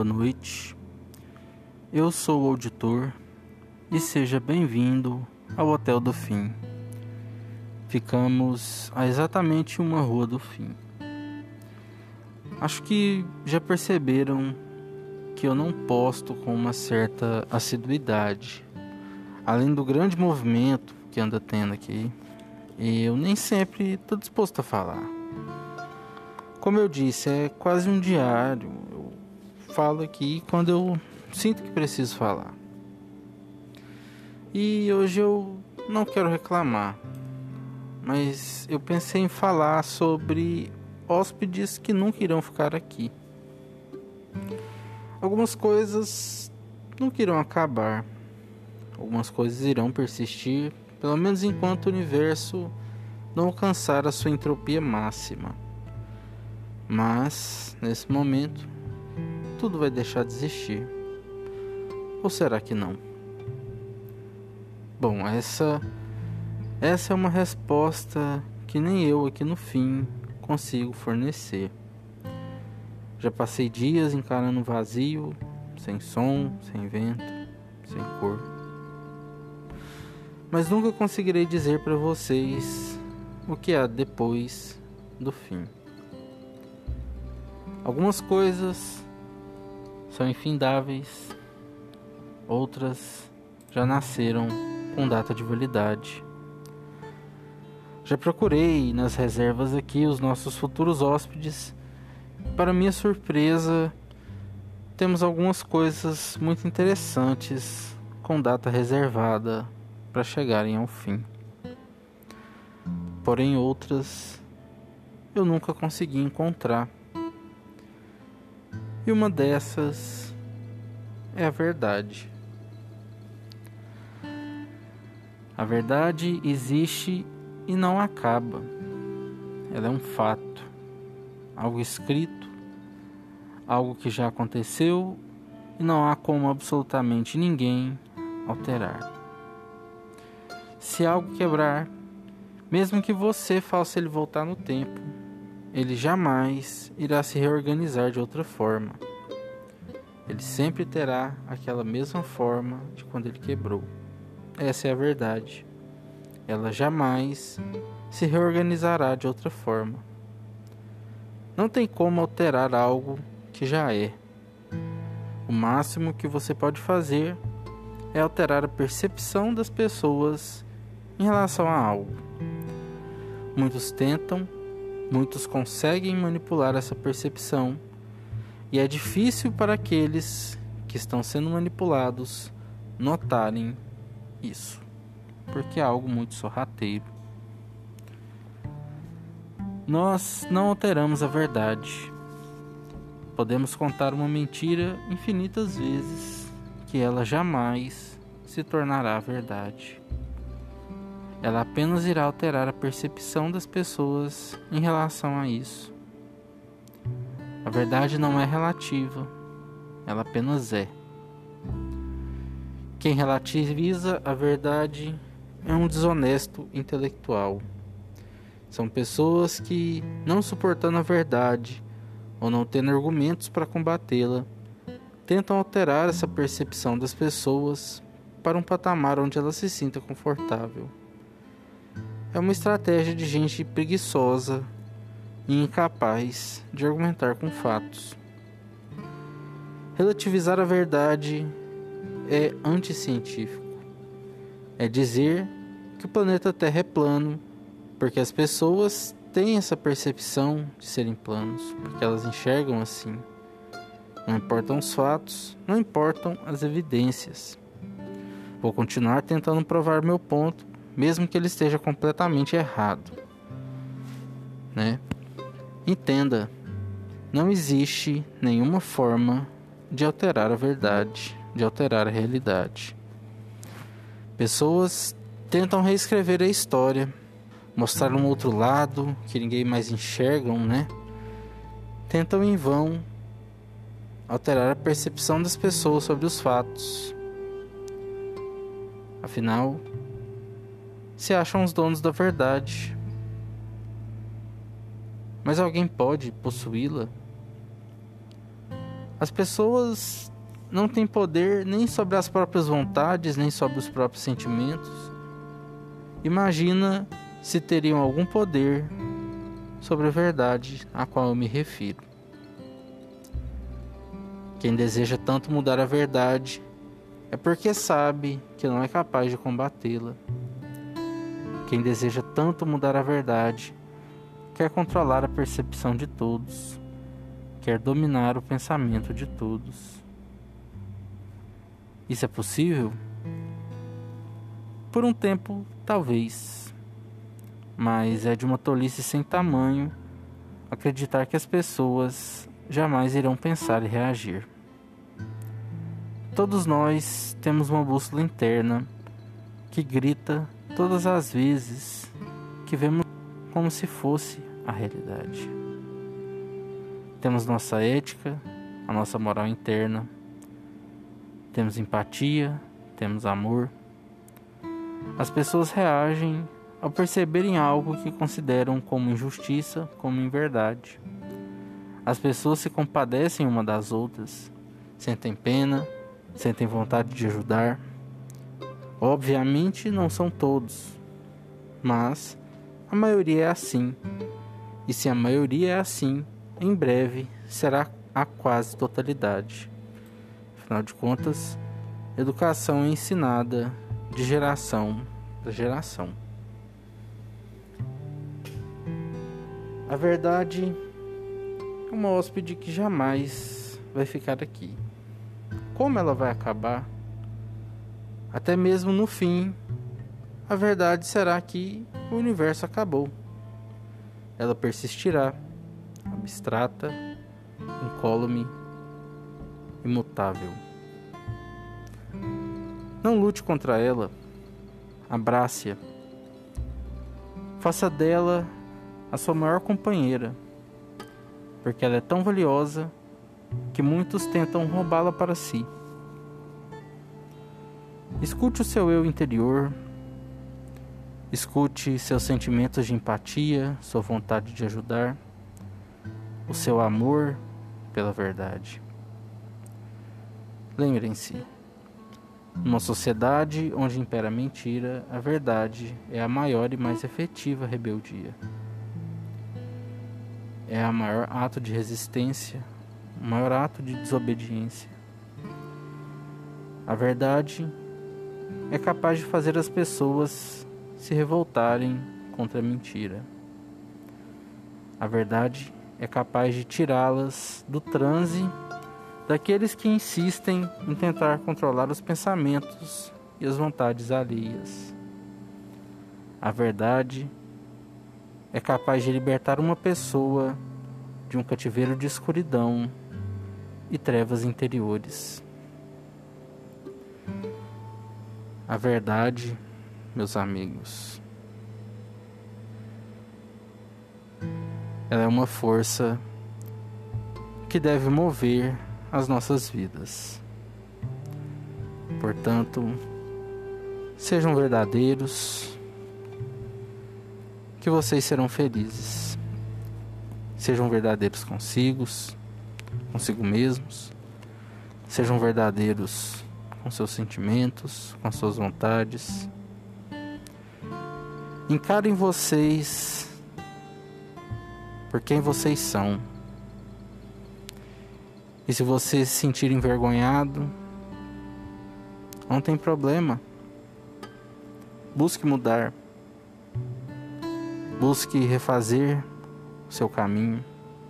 boa noite. Eu sou o auditor e seja bem-vindo ao Hotel do Fim. Ficamos a exatamente uma rua do fim. Acho que já perceberam que eu não posto com uma certa assiduidade. Além do grande movimento que anda tendo aqui, eu nem sempre estou disposto a falar. Como eu disse, é quase um diário. Eu falo aqui quando eu sinto que preciso falar. E hoje eu não quero reclamar, mas eu pensei em falar sobre hóspedes que nunca irão ficar aqui. Algumas coisas nunca irão acabar. Algumas coisas irão persistir, pelo menos enquanto o universo não alcançar a sua entropia máxima. Mas, nesse momento, tudo vai deixar de existir. Ou será que não? Bom, essa é uma resposta que nem eu aqui no fim consigo fornecer. Já passei dias encarando o vazio, sem som, sem vento, sem cor. Mas nunca conseguirei dizer para vocês o que há depois do fim. Algumas coisas são infindáveis, outras já nasceram com data de validade. Já procurei nas reservas aqui os nossos futuros hóspedes. Para minha surpresa, temos algumas coisas muito interessantes com data reservada para chegarem ao fim. Porém, outras eu nunca consegui encontrar. E uma dessas é a verdade. A verdade existe e não acaba. Ela é um fato, algo escrito, algo que já aconteceu e não há como absolutamente ninguém alterar. Se algo quebrar, mesmo que você faça ele voltar no tempo, ele jamais irá se reorganizar de outra forma. Ele sempre terá aquela mesma forma de quando ele quebrou. Essa é a verdade. Ela jamais se reorganizará de outra forma. Não tem como alterar algo que já é. O máximo que você pode fazer é alterar a percepção das pessoas em relação a algo. Muitos tentam, muitos conseguem manipular essa percepção, e é difícil para aqueles que estão sendo manipulados notarem isso, porque é algo muito sorrateiro. Nós não alteramos a verdade. Podemos contar uma mentira infinitas vezes, que ela jamais se tornará verdade. Ela apenas irá alterar a percepção das pessoas em relação a isso. A verdade não é relativa, ela apenas é. Quem relativiza a verdade é um desonesto intelectual. São pessoas que, não suportando a verdade ou não tendo argumentos para combatê-la, tentam alterar essa percepção das pessoas para um patamar onde ela se sinta confortável. É uma estratégia de gente preguiçosa e incapaz de argumentar com fatos. Relativizar a verdade é anticientífico. É dizer que o planeta Terra é plano, porque as pessoas têm essa percepção de serem planos, porque elas enxergam assim. Não importam os fatos, não importam as evidências. Vou continuar tentando provar meu ponto, mesmo que ele esteja completamente errado, né? Entenda, não existe nenhuma forma de alterar a verdade, de alterar a realidade. Pessoas tentam reescrever a história, mostrar um outro lado que ninguém mais enxerga, né? Tentam em vão alterar a percepção das pessoas sobre os fatos. Afinal, se acham os donos da verdade. Mas alguém pode possuí-la? As pessoas não têm poder nem sobre as próprias vontades, nem sobre os próprios sentimentos. Imagina se teriam algum poder sobre a verdade a qual eu me refiro. Quem deseja tanto mudar a verdade é porque sabe que não é capaz de combatê-la. Quem deseja tanto mudar a verdade quer controlar a percepção de todos, quer dominar o pensamento de todos. Isso é possível? Por um tempo, talvez. Mas é de uma tolice sem tamanho acreditar que as pessoas jamais irão pensar e reagir. Todos nós temos uma bússola interna que grita todas as vezes que vemos como se fosse a realidade. Temos nossa ética, a nossa moral interna, temos empatia, temos amor. As pessoas reagem ao perceberem algo que consideram como injustiça, como inverdade. As pessoas se compadecem uma das outras, sentem pena, sentem vontade de ajudar. Obviamente não são todos, mas a maioria é assim. E se a maioria é assim, em breve será a quase totalidade. Afinal de contas, educação é ensinada de geração para geração. A verdade é uma hóspede que jamais vai ficar aqui. Como ela vai acabar? Até mesmo no fim, a verdade será que o universo acabou. Ela persistirá, abstrata, incólume, imutável. Não lute contra ela, abrace-a. Faça dela a sua maior companheira, porque ela é tão valiosa que muitos tentam roubá-la para si. Escute o seu eu interior, escute seus sentimentos de empatia, sua vontade de ajudar, o seu amor pela verdade. Lembrem-se, numa sociedade onde impera a mentira, a verdade é a maior e mais efetiva rebeldia. É o maior ato de resistência, o maior ato de desobediência. A verdade é capaz de fazer as pessoas se revoltarem contra a mentira. A verdade é capaz de tirá-las do transe daqueles que insistem em tentar controlar os pensamentos e as vontades alheias. A verdade é capaz de libertar uma pessoa de um cativeiro de escuridão e trevas interiores. A verdade, meus amigos, ela é uma força que deve mover as nossas vidas. Portanto, sejam verdadeiros, que vocês serão felizes. Sejam verdadeiros consigo mesmos. Sejam verdadeiros com seus sentimentos, com suas vontades. Encarem vocês por quem vocês são. E se você se sentir envergonhado, não tem problema. Busque mudar. Busque refazer o seu caminho.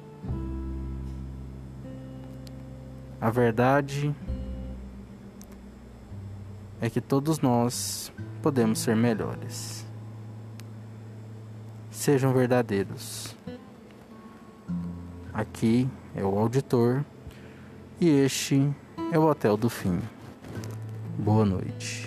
A verdade é que todos nós podemos ser melhores. Sejam verdadeiros. Aqui é o Auditor e este é o Hotel do Fim. Boa noite.